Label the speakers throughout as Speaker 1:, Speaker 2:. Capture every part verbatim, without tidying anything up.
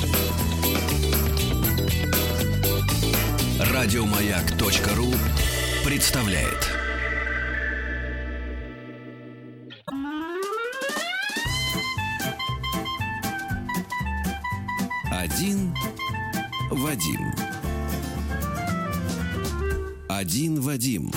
Speaker 1: Радиомаяк.ру представляет. Один Вадим. Один Вадим.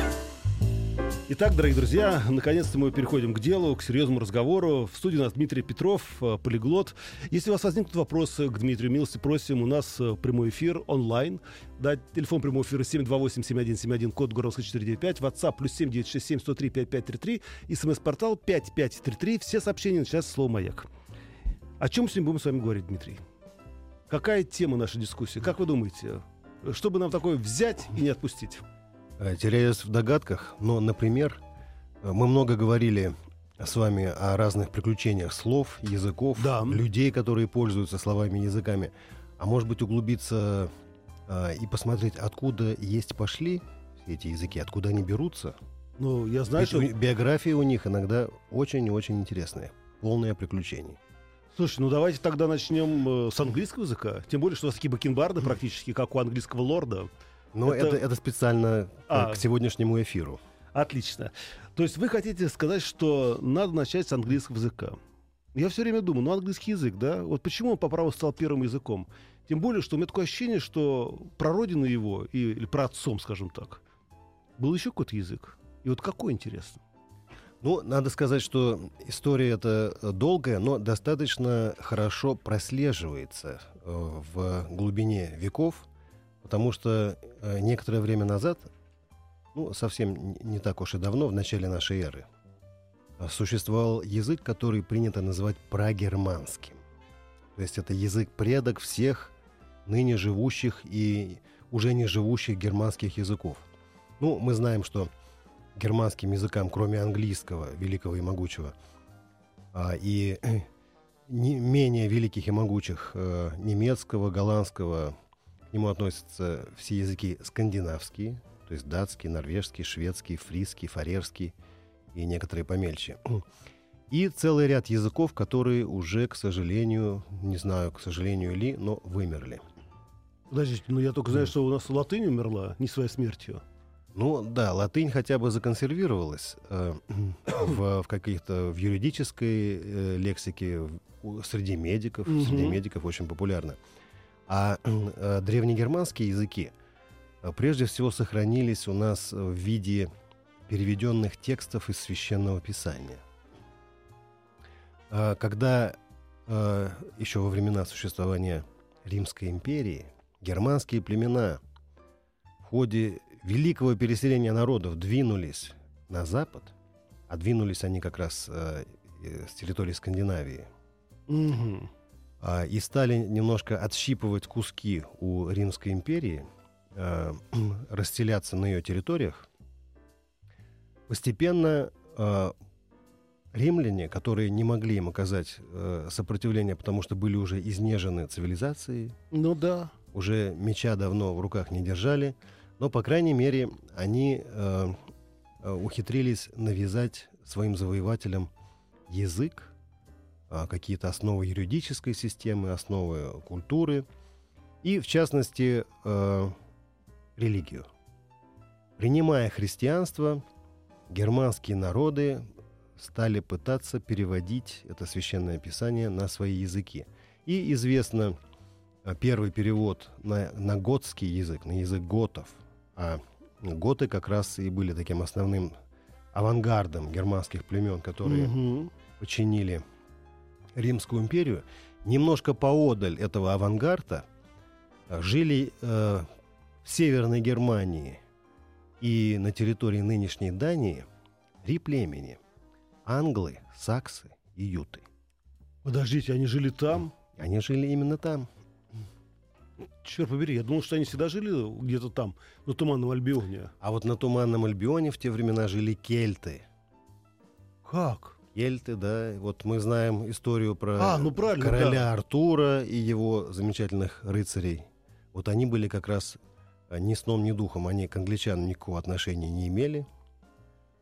Speaker 2: Итак, дорогие друзья, наконец-то мы переходим к делу, к серьезному разговору. В студии у нас Дмитрий Петров, полиглот. Если у вас возникнут вопросы к Дмитрию, милости просим. У нас прямой эфир онлайн. Да, телефон прямого эфира семь два восемь семь один семь один, код города четыре девять пять, WhatsApp плюс семь девять шесть семь сто три пять пять три три, СМС-портал пять пять три три. Все сообщения начинаются с слова «Маяк». О чем сегодня будем с вами говорить, Дмитрий? Какая тема нашей дискуссии? Как вы думаете, чтобы нам такое взять и не отпустить?
Speaker 3: Теряюсь в догадках, но, например, мы много говорили с вами о разных приключениях слов, языков,
Speaker 2: да.
Speaker 3: людей, которые пользуются словами и языками. А может быть, углубиться а, и посмотреть, откуда есть пошли все эти языки, откуда они берутся.
Speaker 2: Ну, я знаю,
Speaker 3: Ведь
Speaker 2: что...
Speaker 3: биографии у них иногда очень и очень интересные, полные приключений.
Speaker 2: Слушай, ну давайте тогда начнем э, с английского языка. Тем более, что у нас такие бакенбарды практически, как у английского лорда.
Speaker 3: Но это,
Speaker 2: это...
Speaker 3: это специально
Speaker 2: а,
Speaker 3: к сегодняшнему эфиру.
Speaker 2: Отлично. То есть вы хотите сказать, что надо начать с английского языка. Я все время думаю, ну английский язык, да? Вот почему он по праву стал первым языком? Тем более, что у меня такое ощущение, что прародиной его, и, или праотцом, скажем так, был еще какой-то язык. И вот какой, интересно?
Speaker 3: Ну, надо сказать, что история эта долгая, но достаточно хорошо прослеживается э, в глубине веков, потому что э, некоторое время назад, ну, совсем не так уж и давно, в начале нашей эры, существовал язык, который принято называть прагерманским. То есть это язык предок всех ныне живущих и уже не живущих германских языков. Ну, мы знаем, что германским языкам, кроме английского, великого и могучего, а, и не менее великих и могучих э, немецкого, голландского, к нему относятся все языки скандинавские, то есть датский, норвежский, шведский, фризский, фарерский и некоторые помельче. И целый ряд языков, которые уже, к сожалению, не знаю, к сожалению ли, но вымерли.
Speaker 2: Подождите, ну я только знаю, что у нас латынь умерла не своей смертью.
Speaker 3: Ну да, латынь хотя бы законсервировалась э, в, в каких-то в юридической э, лексике в, среди медиков, mm-hmm. среди медиков очень популярна. А э, древнегерманские языки э, прежде всего сохранились у нас в виде переведенных текстов из священного писания. Э, когда э, еще во времена существования Римской империи германские племена в ходе великого переселения народов двинулись на запад, а двинулись они как раз э, с территории Скандинавии,
Speaker 2: mm-hmm.
Speaker 3: э, и стали немножко отщипывать куски у Римской империи, э, расселяться на ее территориях. Постепенно э, римляне, которые не могли им оказать э, сопротивление, потому что были уже изнежены цивилизацией,
Speaker 2: ну да,
Speaker 3: уже меча давно в руках не держали, но, по крайней мере, они э, э, ухитрились навязать своим завоевателям язык, э, какие-то основы юридической системы, основы культуры и, в частности, э, религию. Принимая христианство, германские народы стали пытаться переводить это священное писание на свои языки. И известно э, первый перевод на, на готский язык, на язык готов. А готы как раз и были таким основным авангардом германских племен, которые
Speaker 2: угу.
Speaker 3: подчинили Римскую империю. Немножко поодаль этого авангарда жили э, в Северной Германии и на территории нынешней Дании три племени: англы, саксы и юты.
Speaker 2: Подождите, они жили там?
Speaker 3: Они жили именно там.
Speaker 2: Черт побери, я думал, что они всегда жили где-то там, на Туманном Альбионе.
Speaker 3: А вот на Туманном Альбионе в те времена жили кельты.
Speaker 2: Как?
Speaker 3: Кельты, да. Вот мы знаем историю про
Speaker 2: а, ну
Speaker 3: короля
Speaker 2: да.
Speaker 3: Артура и его замечательных рыцарей. Вот они были как раз ни сном, ни духом. Они к англичанам никакого отношения не имели.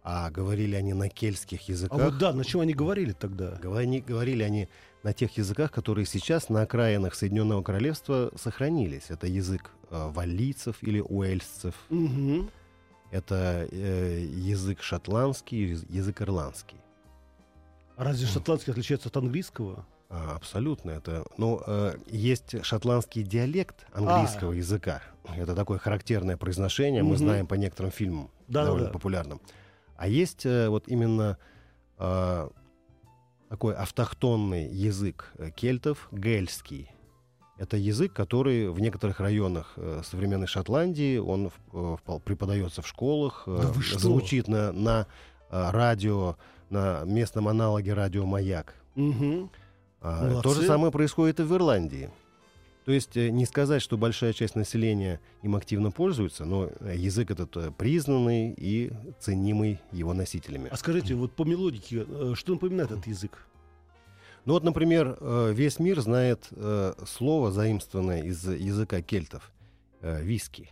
Speaker 3: а говорили они на кельтских
Speaker 2: А
Speaker 3: языках.
Speaker 2: вот да, на чем они говорили тогда?
Speaker 3: Говори- говорили они на тех языках, которые сейчас на окраинах Соединенного Королевства сохранились. Это язык э, валлийцев или уэльсцев,
Speaker 2: Мгм.
Speaker 3: это э, язык шотландский, яз- язык ирландский.
Speaker 2: А разве шотландский отличается от английского?
Speaker 3: А, абсолютно. Это, ну, э, есть шотландский диалект английского
Speaker 2: А.
Speaker 3: языка. Это такое характерное произношение, мы
Speaker 2: Мгм.
Speaker 3: знаем по некоторым фильмам,
Speaker 2: Да,
Speaker 3: довольно
Speaker 2: да.
Speaker 3: популярным. А есть э, вот именно э, такой автохтонный язык э, кельтов, гельский. Это язык, который в некоторых районах э, современной Шотландии, он в- э, впол- преподается в школах, э,
Speaker 2: Да вы что?
Speaker 3: звучит на, на э, радио, на местном аналоге радио «Маяк».
Speaker 2: Мгм.
Speaker 3: А,
Speaker 2: Молодцы.
Speaker 3: то же самое происходит и в Ирландии. То есть э, не сказать, что большая часть населения им активно пользуется, но э, язык этот э, признанный и ценимый его носителями.
Speaker 2: А скажите, вот по мелодике, э, что напоминает этот язык?
Speaker 3: Ну вот, например, э, весь мир знает э, слово, заимствованное из языка кельтов э, — виски.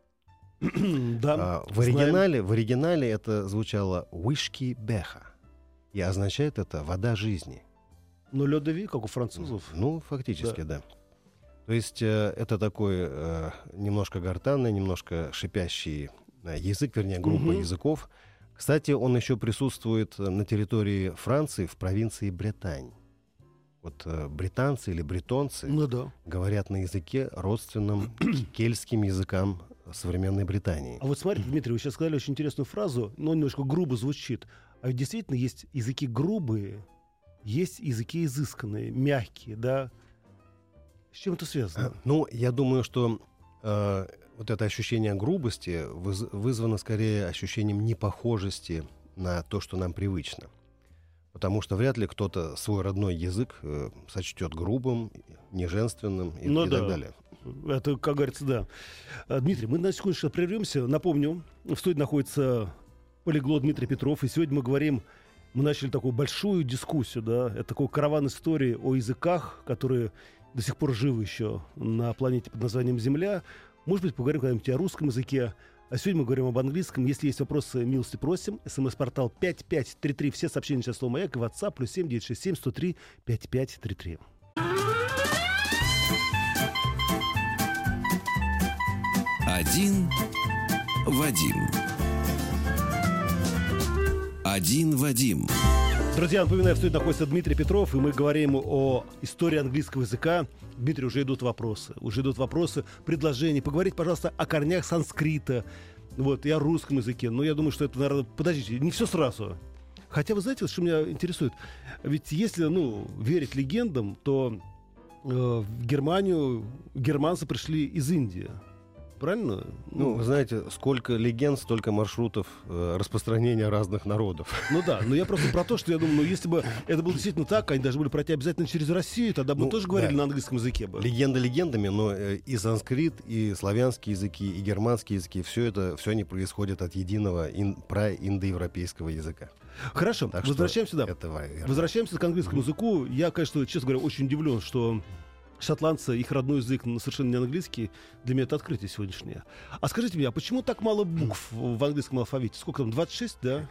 Speaker 2: Да,
Speaker 3: А, в,
Speaker 2: знаем.
Speaker 3: оригинале, в оригинале это звучало «whisky beha», и означает это «вода жизни».
Speaker 2: Но лёд де ви, как у французов.
Speaker 3: Ну, фактически, да. То есть э, это такой э, немножко гортанный, немножко шипящий э, язык, вернее, группа
Speaker 2: Мгм.
Speaker 3: языков. Кстати, он еще присутствует э, на территории Франции, в провинции Бретань. Вот э, британцы или бретонцы
Speaker 2: Ну да.
Speaker 3: говорят на языке, родственном кельтским языкам современной Британии.
Speaker 2: А вот смотрите, Дмитрий, вы сейчас сказали очень интересную фразу, но немножко грубо звучит. А ведь действительно есть языки грубые, есть языки изысканные, мягкие, да? С чем это связано?
Speaker 3: Ну, я думаю, что э, вот это ощущение грубости выз- вызвано скорее ощущением непохожести на то, что нам привычно. Потому что вряд ли кто-то свой родной язык э, сочтет грубым, неженственным и,
Speaker 2: Ну
Speaker 3: и
Speaker 2: да.
Speaker 3: так далее.
Speaker 2: Это, как говорится, да. А, Дмитрий, мы на секунду сейчас прервемся. Напомню, в студии находится полиглот Дмитрий Петров, и сегодня мы говорим, мы начали такую большую дискуссию, да, это такой караван истории о языках, которые до сих пор живы еще на планете под названием Земля. Может быть, поговорим когда-нибудь о русском языке. А сегодня мы говорим об английском. Если есть вопросы, милости просим. СМС-портал пять пять три три. Все сообщения сейчас слово «Маяк» и WhatsApp плюс семь девятьсот шестьдесят семь сто три пятьдесят пять тридцать три.
Speaker 1: Один Вадим. Один Вадим.
Speaker 2: Друзья, напоминаю, в студии находится Дмитрий Петров, и мы говорим о истории английского языка. Дмитрий, уже идут вопросы. Уже идут вопросы, предложения. Поговорить, пожалуйста, о корнях санскрита. Вот, и о русском языке. Но я думаю, что это, наверное, подождите, не все сразу. Хотя, вы знаете, что меня интересует? Ведь если, ну, верить легендам, то э, в Германию германцы пришли из Индии. Правильно?
Speaker 3: Ну, вы знаете, сколько легенд, столько маршрутов э, распространения разных народов.
Speaker 2: Ну да, но я просто про то, что я думаю, ну если бы это было действительно так, они должны были пройти обязательно через Россию, тогда бы мы
Speaker 3: Ну,
Speaker 2: тоже говорили
Speaker 3: да.
Speaker 2: на английском языке бы.
Speaker 3: Легенды легендами, но э, и санскрит, и славянские языки, и германские языки, все это, все они происходят от единого ин, праиндоевропейского языка.
Speaker 2: Хорошо,
Speaker 3: Так что
Speaker 2: возвращаемся, да.
Speaker 3: это верно.
Speaker 2: Возвращаемся к английскому языку. Я, конечно, честно говоря, очень удивлен, что шотландцы, их родной язык совершенно не английский. Для меня это открытие сегодняшнее. А скажите мне, а почему так мало букв в английском алфавите? Сколько там, двадцать шесть, да?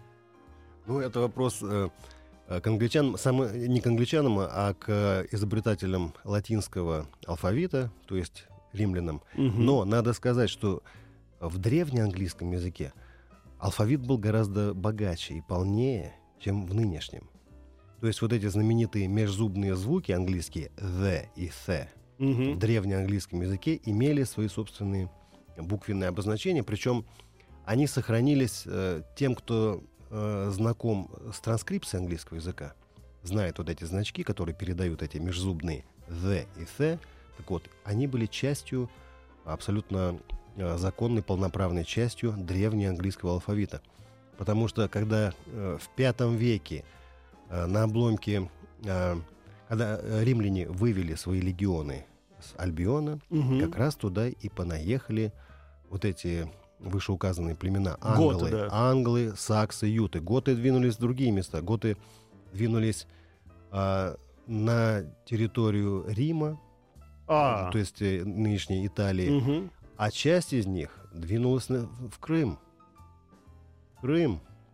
Speaker 3: Ну, это вопрос э, к англичанам, сам, не к англичанам, а к изобретателям латинского алфавита, то есть римлянам.
Speaker 2: Мгм.
Speaker 3: Но надо сказать, что в древнеанглийском языке алфавит был гораздо богаче и полнее, чем в нынешнем. То есть вот эти знаменитые межзубные звуки английские «the» и «the»
Speaker 2: Мгм.
Speaker 3: в древнеанглийском языке имели свои собственные буквенные обозначения, причем они сохранились э, тем, кто э, знаком с транскрипцией английского языка, знает вот эти значки, которые передают эти межзубные «the» и «the», так вот, они были частью, абсолютно э, законной, полноправной частью древнеанглийского алфавита. Потому что когда э, в пятом веке э, на обломке, э, когда э, римляне вывели свои легионы с Альбиона,
Speaker 2: Мгм.
Speaker 3: как раз туда и понаехали вот эти вышеуказанные племена.
Speaker 2: Готы,
Speaker 3: Англы,
Speaker 2: да.
Speaker 3: англы, саксы, юты. Готы двинулись в другие места. Готы двинулись а, на территорию Рима,
Speaker 2: А,
Speaker 3: то есть э, нынешней Италии,
Speaker 2: мгм.
Speaker 3: а часть из них двинулась на- в Крым. Крым.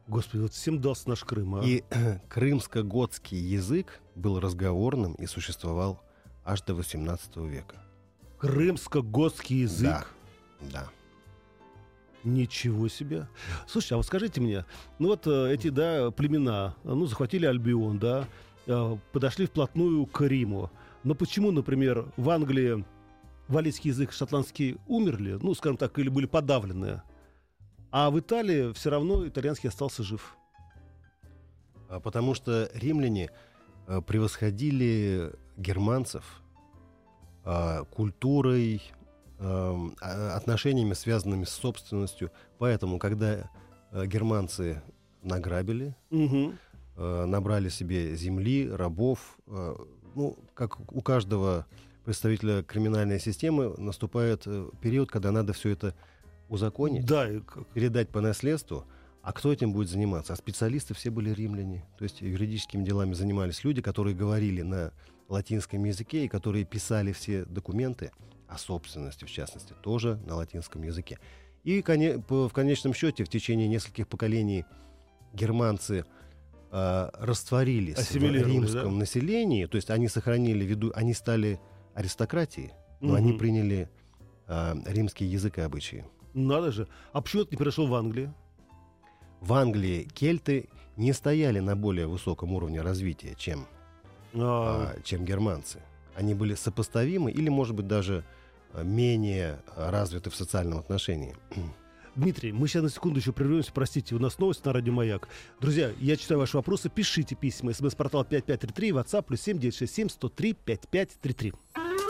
Speaker 2: Господи, вот всем дался наш Крым, а?
Speaker 3: И крымско-готский язык был разговорным и существовал аж до восемнадцатого века.
Speaker 2: Крымско-готский язык?
Speaker 3: Да, да.
Speaker 2: Ничего себе. Слушайте, а вот скажите мне, ну вот э, эти, да, племена, ну, захватили Альбион, да, э, подошли вплотную к Риму. Но почему, например, в Англии валлийский язык, шотландский умерли, ну, скажем так, или были подавлены, а в Италии все равно итальянский остался жив?
Speaker 3: А Потому что римляне э, превосходили германцев э, культурой, э, а- отношениями, связанными с собственностью. Поэтому, когда э, германцы награбили,
Speaker 2: Угу.
Speaker 3: э, набрали себе земли, рабов, э, ну, как у каждого представителя криминальной системы, наступает э, период, когда надо все это узаконить,
Speaker 2: Да, и как-
Speaker 3: передать по наследству. А кто этим будет заниматься? А специалисты все были римляне. То есть юридическими делами занимались люди, которые говорили на латинском языке и которые писали все документы о собственности, в частности, тоже на латинском языке. И коне- по- в конечном счете в течение нескольких поколений германцы э, растворились в
Speaker 2: Ассимилировали,
Speaker 3: римском
Speaker 2: да?
Speaker 3: населении. То есть они сохранили виду, они стали аристократией, но
Speaker 2: Мгм.
Speaker 3: они приняли э, римский язык и обычаи.
Speaker 2: Надо же. А почему это не произошло в Англии?
Speaker 3: В Англии кельты не стояли на более высоком уровне развития, чем,
Speaker 2: А,
Speaker 3: а, чем германцы. Они были сопоставимы или, может быть, даже а, менее а, развиты в социальном отношении.
Speaker 2: Дмитрий, мы сейчас на секунду еще прервемся. Простите, у нас новость на радио «Маяк». Друзья, я читаю ваши вопросы. Пишите письма. СМС-портал пять пять три три, WhatsApp плюс семь девятьсот шестьдесят семь сто три пятьдесят пять тридцать три.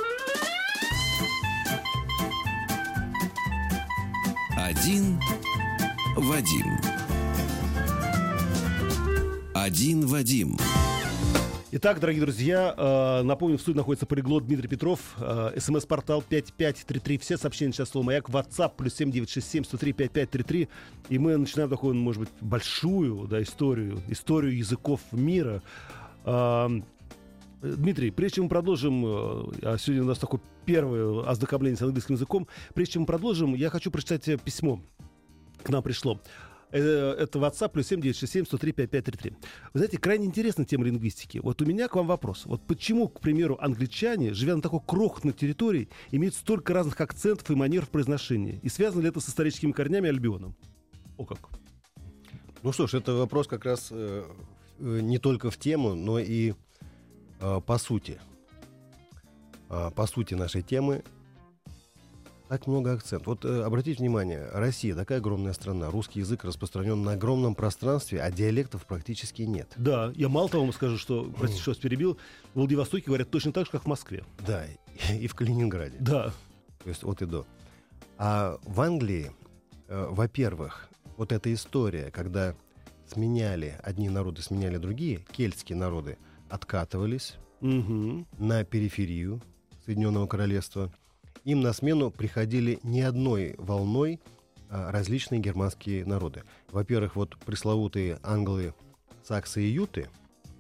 Speaker 1: Один Вадим. Один Вадим.
Speaker 2: Итак, дорогие друзья, э, напомню, в студии находится полиглот Дмитрий Петров, э, СМС-портал пять пять три три, все сообщения сейчас слово «Маяк», WhatsApp плюс семь девятьсот шестьдесят семь сто три пятьдесят пять тридцать три, и мы начинаем такую, может быть, большую, да, историю, историю языков мира. Э, Дмитрий, прежде чем мы продолжим, э, а сегодня у нас такое первое ознакомление с английским языком, прежде чем мы продолжим, я хочу прочитать э, письмо, к нам пришло. Э, Это WhatsApp плюс семь девятьсот шестьдесят семь сто три пятьдесят пять тридцать три. Вы знаете, крайне интересная тема лингвистики. Вот у меня к вам вопрос. Вот почему, к примеру, англичане, живя на такой крохотной территории, имеют столько разных акцентов и манер в произношении? И связано ли это с историческими корнями Альбиона? О как.
Speaker 3: Ну что ж, это вопрос как раз э, э, не только в тему, но и э, по сути. Э, по сути нашей темы. Так много акцентов. Вот э, обратите внимание, Россия такая огромная страна, русский язык распространен на огромном пространстве, а диалектов практически нет.
Speaker 2: Да, я мало того вам скажу, что, простите, что вас перебил, в Владивостоке говорят точно так же, как в Москве.
Speaker 3: Да, и в Калининграде.
Speaker 2: Да.
Speaker 3: То есть от и до. А в Англии, э, во-первых, вот эта история, когда сменяли, одни народы сменяли другие, кельтские народы откатывались
Speaker 2: Угу.
Speaker 3: на периферию Соединенного Королевства. Им на смену приходили не одной волной а различные германские народы. Во-первых, вот пресловутые англы, саксы и юты.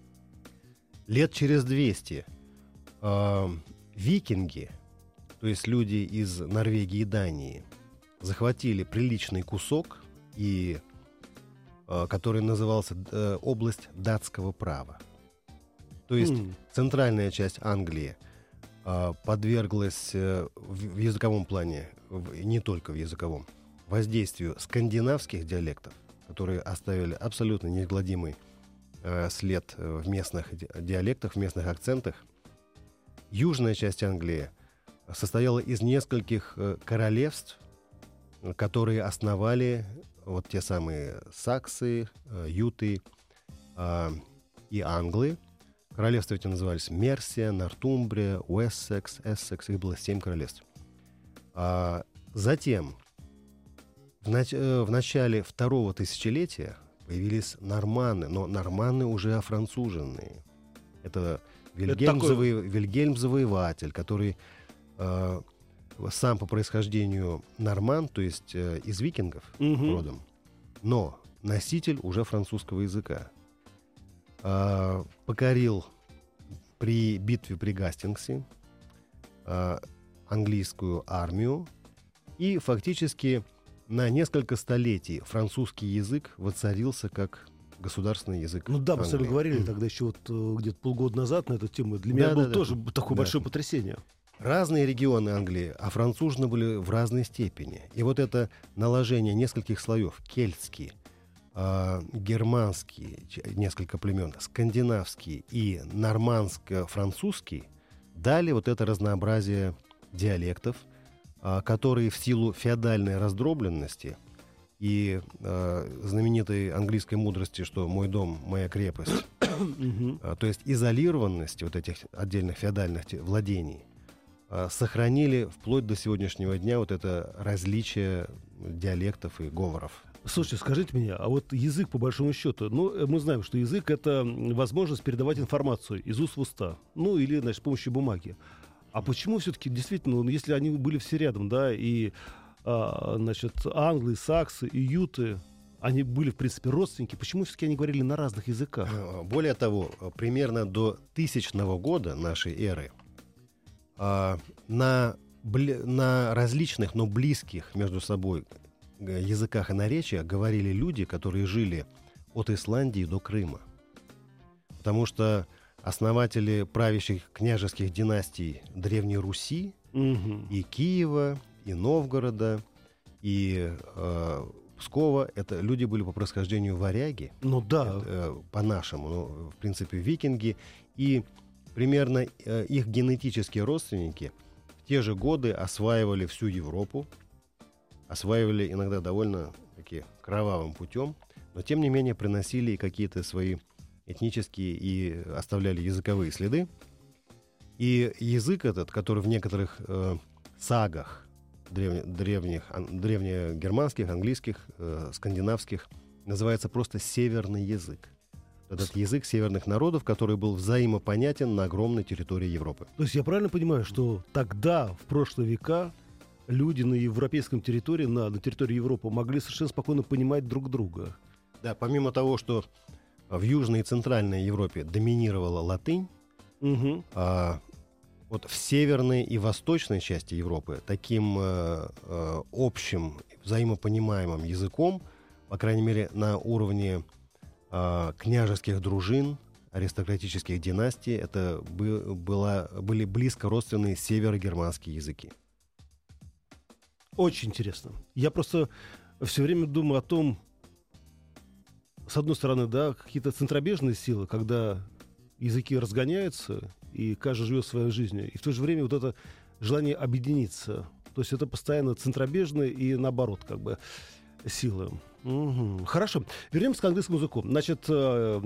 Speaker 3: Лет через двести э, викинги, то есть люди из Норвегии и Дании, захватили приличный кусок, и, э, который назывался э, область датского права. То есть
Speaker 2: М.
Speaker 3: центральная часть Англии э, подверглась э, в, в языковом плане, в- и не только в языковом, воздействию скандинавских диалектов, которые оставили абсолютно неизгладимый э, след э, в местных ди- диалектах, в местных акцентах. Южная часть Англии состояла из нескольких э, королевств, э, которые основали вот те самые саксы, э, юты э, и англы. Королевства эти назывались Мерсия, Нортумбрия, Уэссекс, Эссекс. Их было семь королевств. А затем, в, нач- э, в начале второго тысячелетия появились норманны, но норманны уже офранцуженные. Это Вильгельм,
Speaker 2: такой-
Speaker 3: Завоев- Вильгельм Завоеватель, который э, сам по происхождению норман, то есть э, из викингов
Speaker 2: Мгм.
Speaker 3: родом, но носитель уже французского языка. А, покорил при битве при Гастингсе а, английскую армию и фактически на несколько столетий французский язык воцарился как государственный язык.
Speaker 2: Ну да, мы с вами
Speaker 3: Англии.
Speaker 2: говорили тогда еще вот э, где-то полгода назад на эту тему. Для меня
Speaker 3: Да,
Speaker 2: было
Speaker 3: да, да.
Speaker 2: тоже такое
Speaker 3: Да.
Speaker 2: большое потрясение.
Speaker 3: Разные регионы Англии офранцужены были в разной степени. И вот это наложение нескольких слоев — кельтский, э, германский, ч- несколько племен, скандинавский и нормандско-французский — дали вот это разнообразие диалектов, э, которые в силу феодальной раздробленности и э, знаменитой английской мудрости, что «мой дом, моя крепость»,
Speaker 2: Мгм.
Speaker 3: а, то есть изолированности вот этих отдельных феодальных те- владений, а, сохранили вплоть до сегодняшнего дня вот это различие диалектов и говоров.
Speaker 2: Слушайте, скажите мне, а вот язык, по большому счету, ну, э, мы знаем, что язык — это м, возможность передавать информацию из уст в уста, ну, или, значит, с помощью бумаги. А почему все-таки, действительно, ну, если они были все рядом, да, и, а, значит, англы, саксы и юты, они были, в принципе, родственники, почему все-таки они говорили на разных языках?
Speaker 3: А, Более того, а, примерно до тысячного года нашей эры а, на, бли- на различных, но близких между собой э, языках и наречиях говорили люди, которые жили от Исландии до Крыма. Потому что основатели правящих княжеских династий Древней Руси,
Speaker 2: Мгм.
Speaker 3: и Киева, и Новгорода, и э, Пскова — это люди были по происхождению варяги,
Speaker 2: Ну да,
Speaker 3: это, э, по-нашему, ну, в принципе, викинги, и примерно э, их генетические родственники в те же годы осваивали всю Европу, осваивали иногда довольно таки кровавым путем, но тем не менее приносили и какие-то свои этнические и оставляли языковые следы. И язык этот, который в некоторых э, сагах древне- древних, ан- древнегерманских, английских, э, скандинавских, называется просто северный язык. Этот язык северных народов, который был взаимопонятен на огромной территории Европы.
Speaker 2: то есть я правильно понимаю, что тогда, в прошлые века, люди на европейском территории, на, на территории Европы, могли совершенно спокойно понимать друг друга?
Speaker 3: Да, помимо того, что в Южной и Центральной Европе доминировала латынь,
Speaker 2: Угу.
Speaker 3: а, вот в северной и восточной части Европы таким э, э, общим, взаимопонимаемым языком, по крайней мере, на уровне э, княжеских дружин, аристократических династий, это бы- была, были близко родственные северогерманские языки.
Speaker 2: Очень интересно. Я просто все время думаю о том, с одной стороны, да, какие-то центробежные силы, когда языки разгоняются, и каждый живет своей жизнью, и в то же время вот это желание объединиться. То есть это постоянно центробежные и наоборот, как бы, силы. Мгм. Хорошо. Вернемся к английскому языку. Значит, э,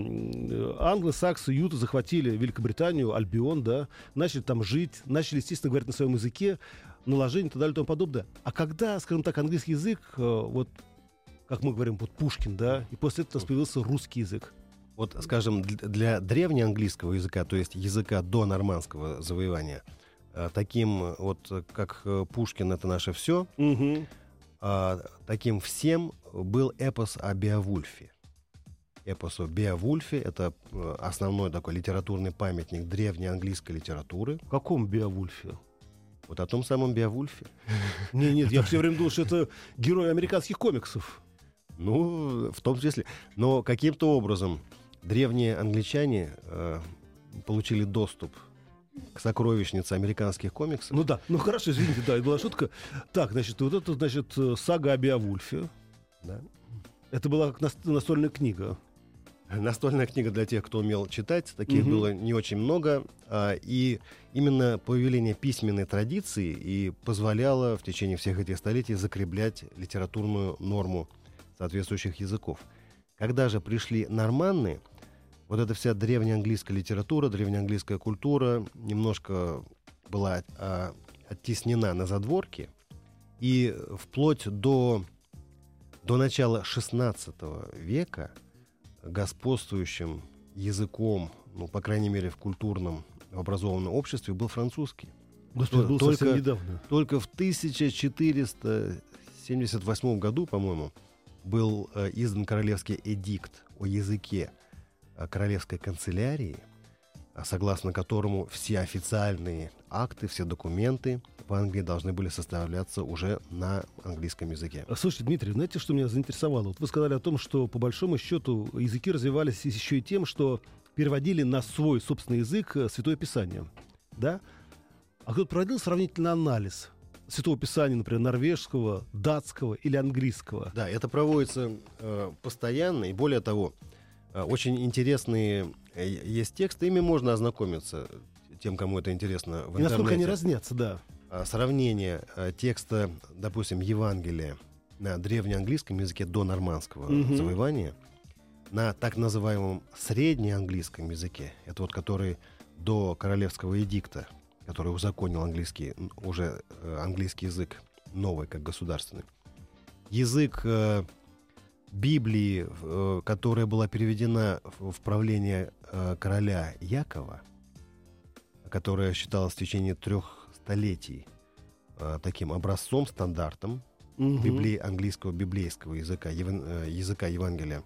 Speaker 2: э, англы, саксы, юты захватили Великобританию, Альбион, да, начали там жить, начали, естественно, говорить на своем языке, наложение и так далее и тому подобное. А когда, скажем так, английский язык, э, вот, как мы говорим, вот Пушкин, да, и после этого у нас появился русский язык.
Speaker 3: Вот, скажем, дл- для древнеанглийского языка, то есть языка до нормандского завоевания, э, таким э, вот, э, как э, Пушкин — это наше все,
Speaker 2: Угу.
Speaker 3: а, таким всем был эпос о Беовульфе. Эпос о Беовульфе — это э, основной такой литературный памятник древней английской литературы.
Speaker 2: В каком Беовульфе?
Speaker 3: Вот о том самом Беовульфе.
Speaker 2: Не, нет, я все время думал, что это герой американских комиксов.
Speaker 3: Ну, в том числе. Но каким-то образом древние англичане э, получили доступ к сокровищнице американских комиксов.
Speaker 2: Ну да, ну хорошо, извините, да, это была шутка. Так, значит, вот это, значит, э, сага о Беовульфе.
Speaker 3: Да.
Speaker 2: Это была как нас- настольная книга.
Speaker 3: Настольная книга для тех, кто умел читать. Таких
Speaker 2: Мгм.
Speaker 3: было не очень много. а, И именно появление письменной традиции и позволяло в течение всех этих столетий закреплять литературную норму соответствующих языков. Когда же пришли норманны, вот эта вся древнеанглийская литература, древнеанглийская культура немножко была а, оттеснена на задворки. И вплоть до, до начала шестнадцатого века господствующим языком, ну, по крайней мере, в культурном образованном обществе, был французский.
Speaker 2: Господи, был
Speaker 3: Только-
Speaker 2: совсем недавно.
Speaker 3: Только в тысяча четыреста семьдесят восьмом году, по-моему, был э, издан королевский эдикт о языке э, королевской канцелярии, согласно которому все официальные акты, все документы в Англии должны были составляться уже на английском языке.
Speaker 2: Слушайте, Дмитрий, знаете, что меня заинтересовало? Вот вы сказали о том, что по большому счету языки развивались еще и тем, что переводили на свой собственный язык Святое Писание. Да? А кто-то проводил сравнительный анализ Святого Писания, например, норвежского, датского или английского?
Speaker 3: Да, это проводится э, постоянно, и более того, э, очень интересные э, есть тексты, ими можно ознакомиться тем, кому это интересно в
Speaker 2: и
Speaker 3: интернете.
Speaker 2: насколько они разнятся, да.
Speaker 3: Сравнение э, текста, допустим, Евангелия на древнеанглийском языке до нормандского
Speaker 2: Мгм.
Speaker 3: завоевания на так называемом среднеанглийском языке, это вот который до королевского эдикта, который узаконил английский, уже э, английский язык новый, как государственный. Язык э, Библии, э, которая была переведена в, в правление э, короля Якова, которая считалась в течение трех столетий э, таким образцом, стандартом
Speaker 2: Мгм.
Speaker 3: библи... английского библейского языка, еван... э, языка Евангелия.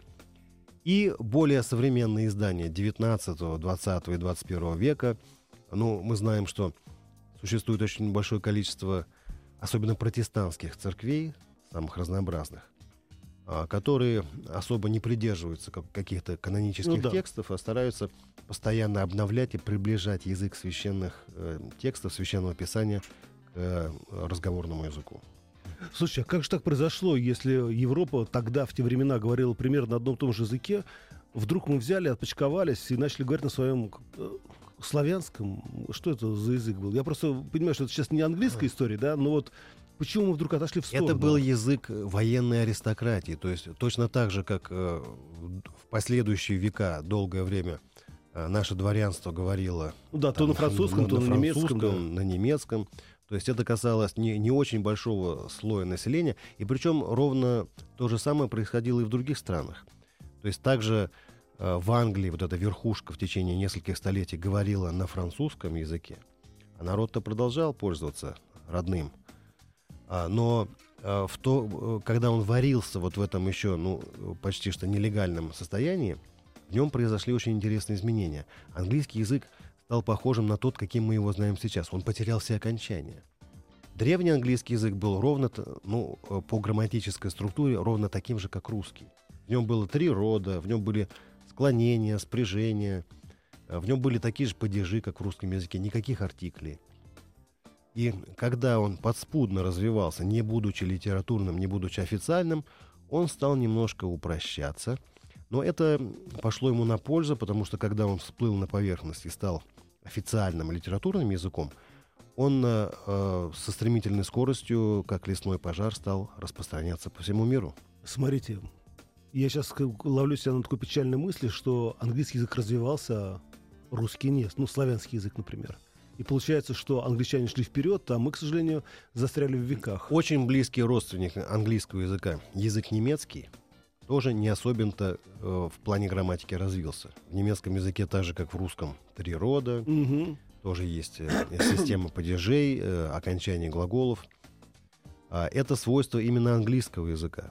Speaker 3: И более современные издания девятнадцатого, двадцатого и двадцать первого века. Ну, мы знаем, что существует очень большое количество, особенно протестантских церквей, самых разнообразных, а, которые особо не придерживаются как- каких-то канонических
Speaker 2: Ну да.
Speaker 3: текстов, а стараются постоянно обновлять и приближать язык священных э, текстов, священного писания к э, разговорному языку.
Speaker 2: Слушай, а как же так произошло, если Европа тогда, в те времена, говорила примерно на одном и том же языке, вдруг мы взяли, отпочковались и начали говорить на своем э, славянском? Что это за язык был? Я просто понимаю, что это сейчас не английская история, да, но вот почему мы вдруг отошли в сторону?
Speaker 3: Это был язык военной аристократии, то есть точно так же, как э, в последующие века, долгое время, э, наше дворянство говорило
Speaker 2: Ну да, то
Speaker 3: там,
Speaker 2: на французском, то на, немецком. Да.
Speaker 3: на немецком. То есть это касалось не, не очень большого слоя населения. И причем ровно то же самое происходило и в других странах. То есть также э, в Англии вот эта верхушка в течение нескольких столетий говорила на французском языке, а народ-то продолжал пользоваться родным. А, но а, в то, когда он варился вот в этом еще ну, почти что нелегальном состоянии, в нем произошли очень интересные изменения. Английский язык стал похожим на тот, каким мы его знаем сейчас. Он потерял все окончания. Древний английский язык был ровно, ну, по грамматической структуре ровно таким же, как русский. В нем было три рода, в нем были склонения, спряжения, в нем были такие же падежи, как в русском языке, никаких артиклей. И когда он подспудно развивался, не будучи литературным, не будучи официальным, он стал немножко упрощаться. Но это пошло ему на пользу, потому что когда он всплыл на поверхность и стал официальным литературным языком, он э, со стремительной скоростью, как лесной пожар, стал распространяться по всему миру.
Speaker 2: Смотрите, я сейчас ловлю себя на такой печальной мысли, что английский язык развивался, а русский нет. Ну, славянский язык, например. И получается, что англичане шли вперед, а мы, к сожалению, застряли в веках.
Speaker 3: Очень близкий родственник английского языка, язык немецкий, тоже не особенно э, в плане грамматики развился. В немецком языке так же, как в русском, три рода,
Speaker 2: Угу.
Speaker 3: тоже есть э, система падежей, э, окончаний глаголов. А, это свойство именно английского языка.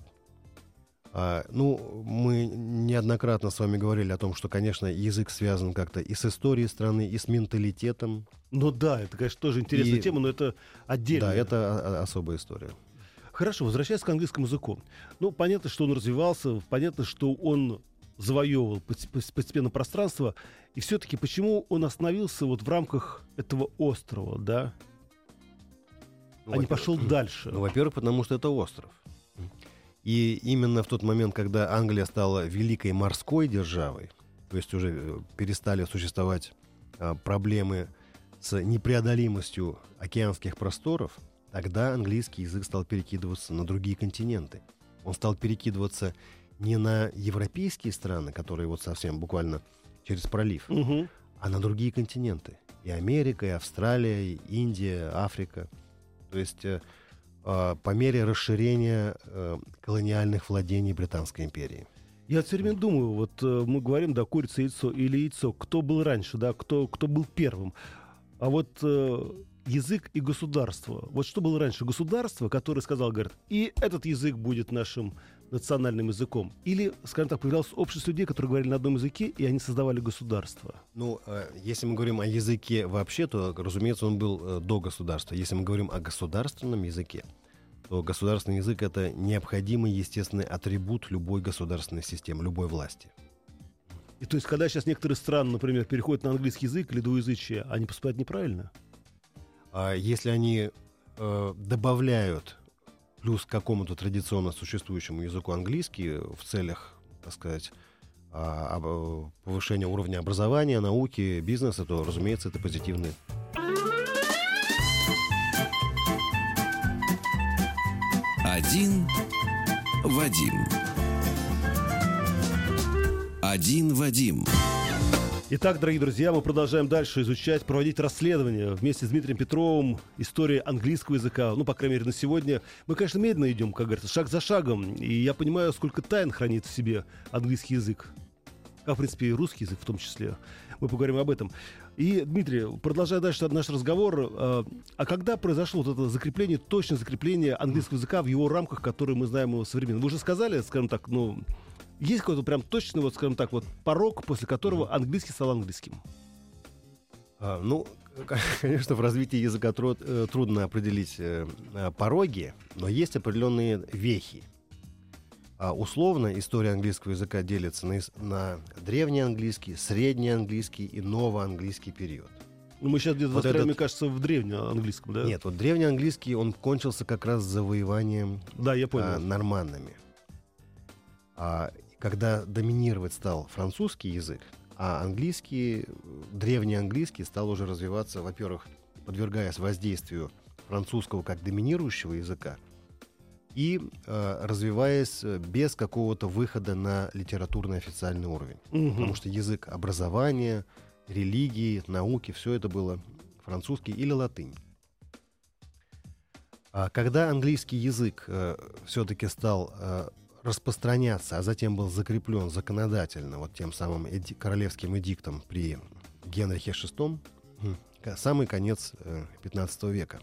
Speaker 3: А, ну, мы неоднократно с вами говорили о том, что, конечно, язык связан как-то и с историей страны, и с менталитетом.
Speaker 2: Ну да, это, конечно, тоже интересная
Speaker 3: И-
Speaker 2: тема, но это отдельно.
Speaker 3: Да, это о- особая история.
Speaker 2: Хорошо, возвращаясь к английскому языку. Ну, понятно, что он развивался, понятно, что он завоевывал пос- пос- постепенно пространство. И все-таки почему он остановился вот в рамках этого острова, да,
Speaker 3: Ну,
Speaker 2: а не
Speaker 3: во-первых,
Speaker 2: пошел дальше?
Speaker 3: Ну, во-первых, потому что это остров. И именно в тот момент, когда Англия стала великой морской державой, то есть уже э, перестали существовать а, проблемы с непреодолимостью океанских просторов, тогда английский язык стал перекидываться на другие континенты. Он стал перекидываться не на европейские страны, которые вот совсем буквально через пролив,
Speaker 2: Мгм.
Speaker 3: а на другие континенты. И Америка, и Австралия, и Индия, Африка. То есть э, э, по мере расширения э, колониальных владений Британской империи.
Speaker 2: Я все время думаю, вот э, мы говорим, да, курица, яйцо или яйцо, кто был раньше, да, кто, кто был первым. А вот э, язык и государство. Вот что было раньше? Государство, которое сказал, говорит, и этот язык будет нашим национальным языком? Или, скажем так, появлялась общность людей, которые говорили на одном языке, и они создавали государство?
Speaker 3: Ну, э, если мы говорим о языке вообще, то, разумеется, он был э, до государства. Если мы говорим о государственном языке, то государственный язык — это необходимый естественный атрибут любой государственной системы, любой власти.
Speaker 2: И то есть, когда сейчас некоторые страны, например, переходят на английский язык или двуязычие, они поступают неправильно?
Speaker 3: А если они э, добавляют плюс к какому-то традиционно существующему языку английский в целях, так сказать, а, а, повышения уровня образования, науки, бизнеса, то, разумеется, это позитивный.
Speaker 1: Один Вадим. Один Вадим.
Speaker 2: Итак, дорогие друзья, мы продолжаем дальше изучать, проводить расследования вместе с Дмитрием Петровым истории английского языка. Ну, по крайней мере, на сегодня. Мы, конечно, медленно идем, как говорится, шаг за шагом. И я понимаю, сколько тайн хранит в себе английский язык. Как, в принципе, и русский язык в том числе. Мы поговорим об этом. И, Дмитрий, продолжая дальше наш разговор, а когда произошло вот это закрепление, точное закрепление английского языка в его рамках, которые мы знаем его современно? Вы уже сказали, скажем так, ну... Есть какой-то прям точный, вот, скажем так, вот порог, после которого английский стал английским?
Speaker 3: А, ну, конечно, в развитии языка труд, трудно определить э, пороги, но есть определенные вехи. А, условно история английского языка делится на, на древний английский, средний английский и новоанглийский период.
Speaker 2: Ну, мы сейчас где-то
Speaker 3: вот
Speaker 2: застряли,
Speaker 3: этот...
Speaker 2: мне кажется, в древнеанглийском, да?
Speaker 3: Нет, вот древний английский, он кончился как раз завоеванием
Speaker 2: да, я понял.
Speaker 3: А, норманнами. А, когда доминировать стал французский язык, а английский, древний английский стал уже развиваться, во-первых, подвергаясь воздействию французского как доминирующего языка и э, развиваясь без какого-то выхода на литературный официальный уровень.
Speaker 2: Угу.
Speaker 3: Потому что язык образования, религии, науки, все это было французский или латынь. А когда английский язык э, все-таки стал... Э, распространяться, а затем был закреплен законодательно вот тем самым эди- королевским эдиктом при Генрихе шестом, самый конец э, пятнадцатого века,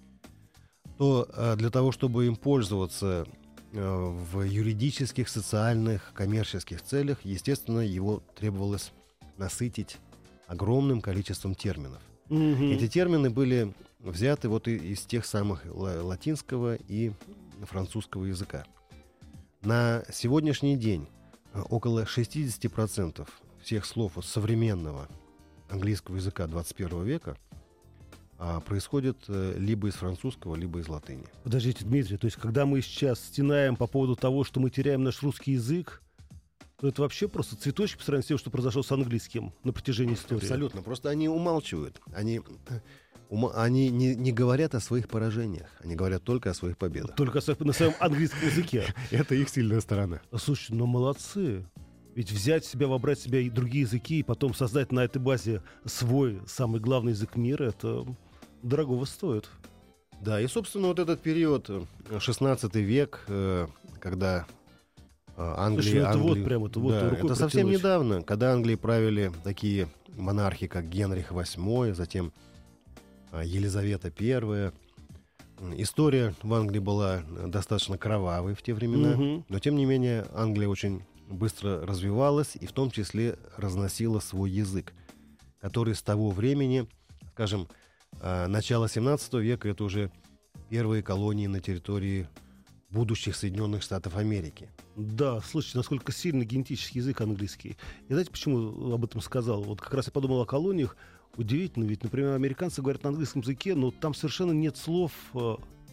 Speaker 3: то э, для того, чтобы им пользоваться э, в юридических, социальных, коммерческих целях, естественно, его требовалось насытить огромным количеством терминов.
Speaker 2: Mm-hmm.
Speaker 3: Эти термины были взяты вот и, из тех самых ла- латинского и французского языка. На сегодняшний день около шестьдесят процентов всех слов вот современного английского языка двадцать первого века а, происходит а, либо из французского, либо из латыни.
Speaker 2: Подождите, Дмитрий, то есть когда мы сейчас стенаем по поводу того, что мы теряем наш русский язык, то это вообще просто цветочки по сравнению с тем, что произошло с английским на протяжении истории?
Speaker 3: Абсолютно. Просто они умалчивают. Они... Они не, не говорят о своих поражениях, они говорят только о своих победах.
Speaker 2: Только на своем английском языке.
Speaker 3: Это их сильная сторона.
Speaker 2: Слушай, ну молодцы. Ведь взять себя, вобрать в себя и другие языки, и потом создать на этой базе свой самый главный язык мира, это дорогого стоит.
Speaker 3: Да, и, собственно, вот этот период, шестнадцатый век, когда Англия...
Speaker 2: Слушай, ну это
Speaker 3: Англия,
Speaker 2: вот прямо, это вот
Speaker 3: да,
Speaker 2: рукой
Speaker 3: это совсем
Speaker 2: протянуть.
Speaker 3: недавно, когда Англией правили такие монархи, как Генрих восьмой, затем Елизавета первая. История в Англии была достаточно кровавой в те времена,
Speaker 2: угу.
Speaker 3: но тем не менее Англия очень быстро развивалась и в том числе разносила свой язык, который с того времени, скажем, начало семнадцатого века, это уже первые колонии на территории будущих Соединенных Штатов Америки.
Speaker 2: Да, слушайте, насколько сильный генетический язык английский. И знаете, почему об этом сказал? Вот как раз я подумал о колониях. Удивительно, ведь, например, американцы говорят на английском языке, но там совершенно нет слов, э,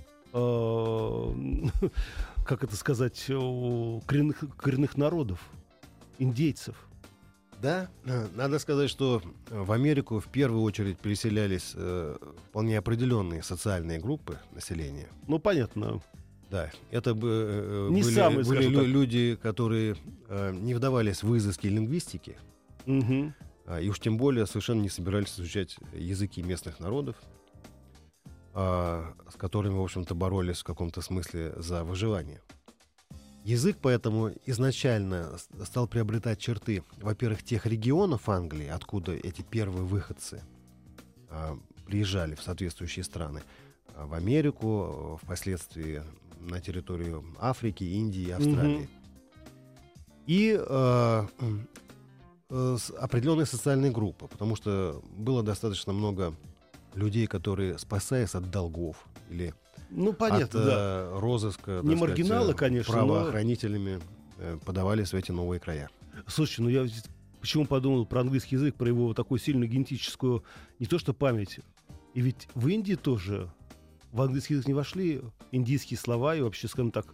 Speaker 2: э, как это сказать, коренных, коренных народов, индейцев.
Speaker 3: Да, надо сказать, что в Америку в первую очередь переселялись э, вполне определенные социальные группы населения.
Speaker 2: Ну, понятно.
Speaker 3: Да, это бы, э,
Speaker 2: Не
Speaker 3: были,
Speaker 2: самые,
Speaker 3: были лю-
Speaker 2: так.
Speaker 3: люди, которые э, не вдавались в изыски лингвистики,
Speaker 2: Угу.
Speaker 3: э, и уж тем более совершенно не собирались изучать языки местных народов, э, с которыми, в общем-то, боролись в каком-то смысле за выживание. Язык поэтому изначально стал приобретать черты, во-первых, тех регионов Англии, откуда эти первые выходцы а, приезжали в соответствующие страны, а, в Америку, впоследствии на территорию Африки, Индии, Австралии.
Speaker 2: Мгм.
Speaker 3: И э, э, с- определенные социальные группы, потому что было достаточно много людей, которые, спасаясь от долгов или
Speaker 2: Ну,
Speaker 3: от
Speaker 2: понятно, да.
Speaker 3: э, розыска,
Speaker 2: Не
Speaker 3: так сказать,
Speaker 2: маргиналы,
Speaker 3: э,
Speaker 2: конечно, но-
Speaker 3: правоохранителями, э, подавались в эти новые края.
Speaker 2: Слушайте, ну я ведь почему подумал про английский язык, про его такую сильную генетическую, не то что память. И ведь в Индии тоже в английский язык не вошли индийские слова и вообще, скажем так,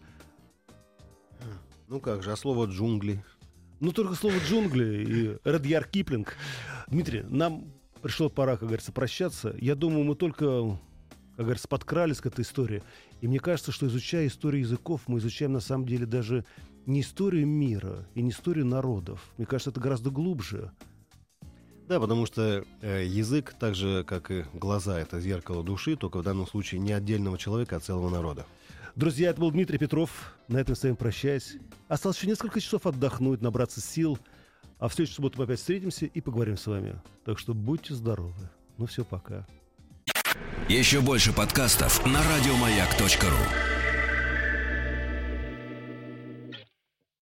Speaker 3: Ну как же, а слово «джунгли»?
Speaker 2: ну только слово «джунгли» и Редьярд Киплинг. Дмитрий, нам пришла пора, как говорится, прощаться. Я думаю, мы только, как говорится, подкрались к этой истории. И мне кажется, что изучая историю языков, мы изучаем на самом деле даже не историю мира и не историю народов. Мне кажется, это гораздо глубже.
Speaker 3: Да, потому что э, язык, так же, как и глаза, это зеркало души, только в данном случае не отдельного человека, а целого народа.
Speaker 2: Друзья, это был Дмитрий Петров. На этом с вами прощаюсь. Осталось еще несколько часов отдохнуть, набраться сил. А в следующую субботу мы опять встретимся и поговорим с вами. Так что будьте здоровы. Ну все, пока.
Speaker 1: Еще больше подкастов на радиомаяк точка ру.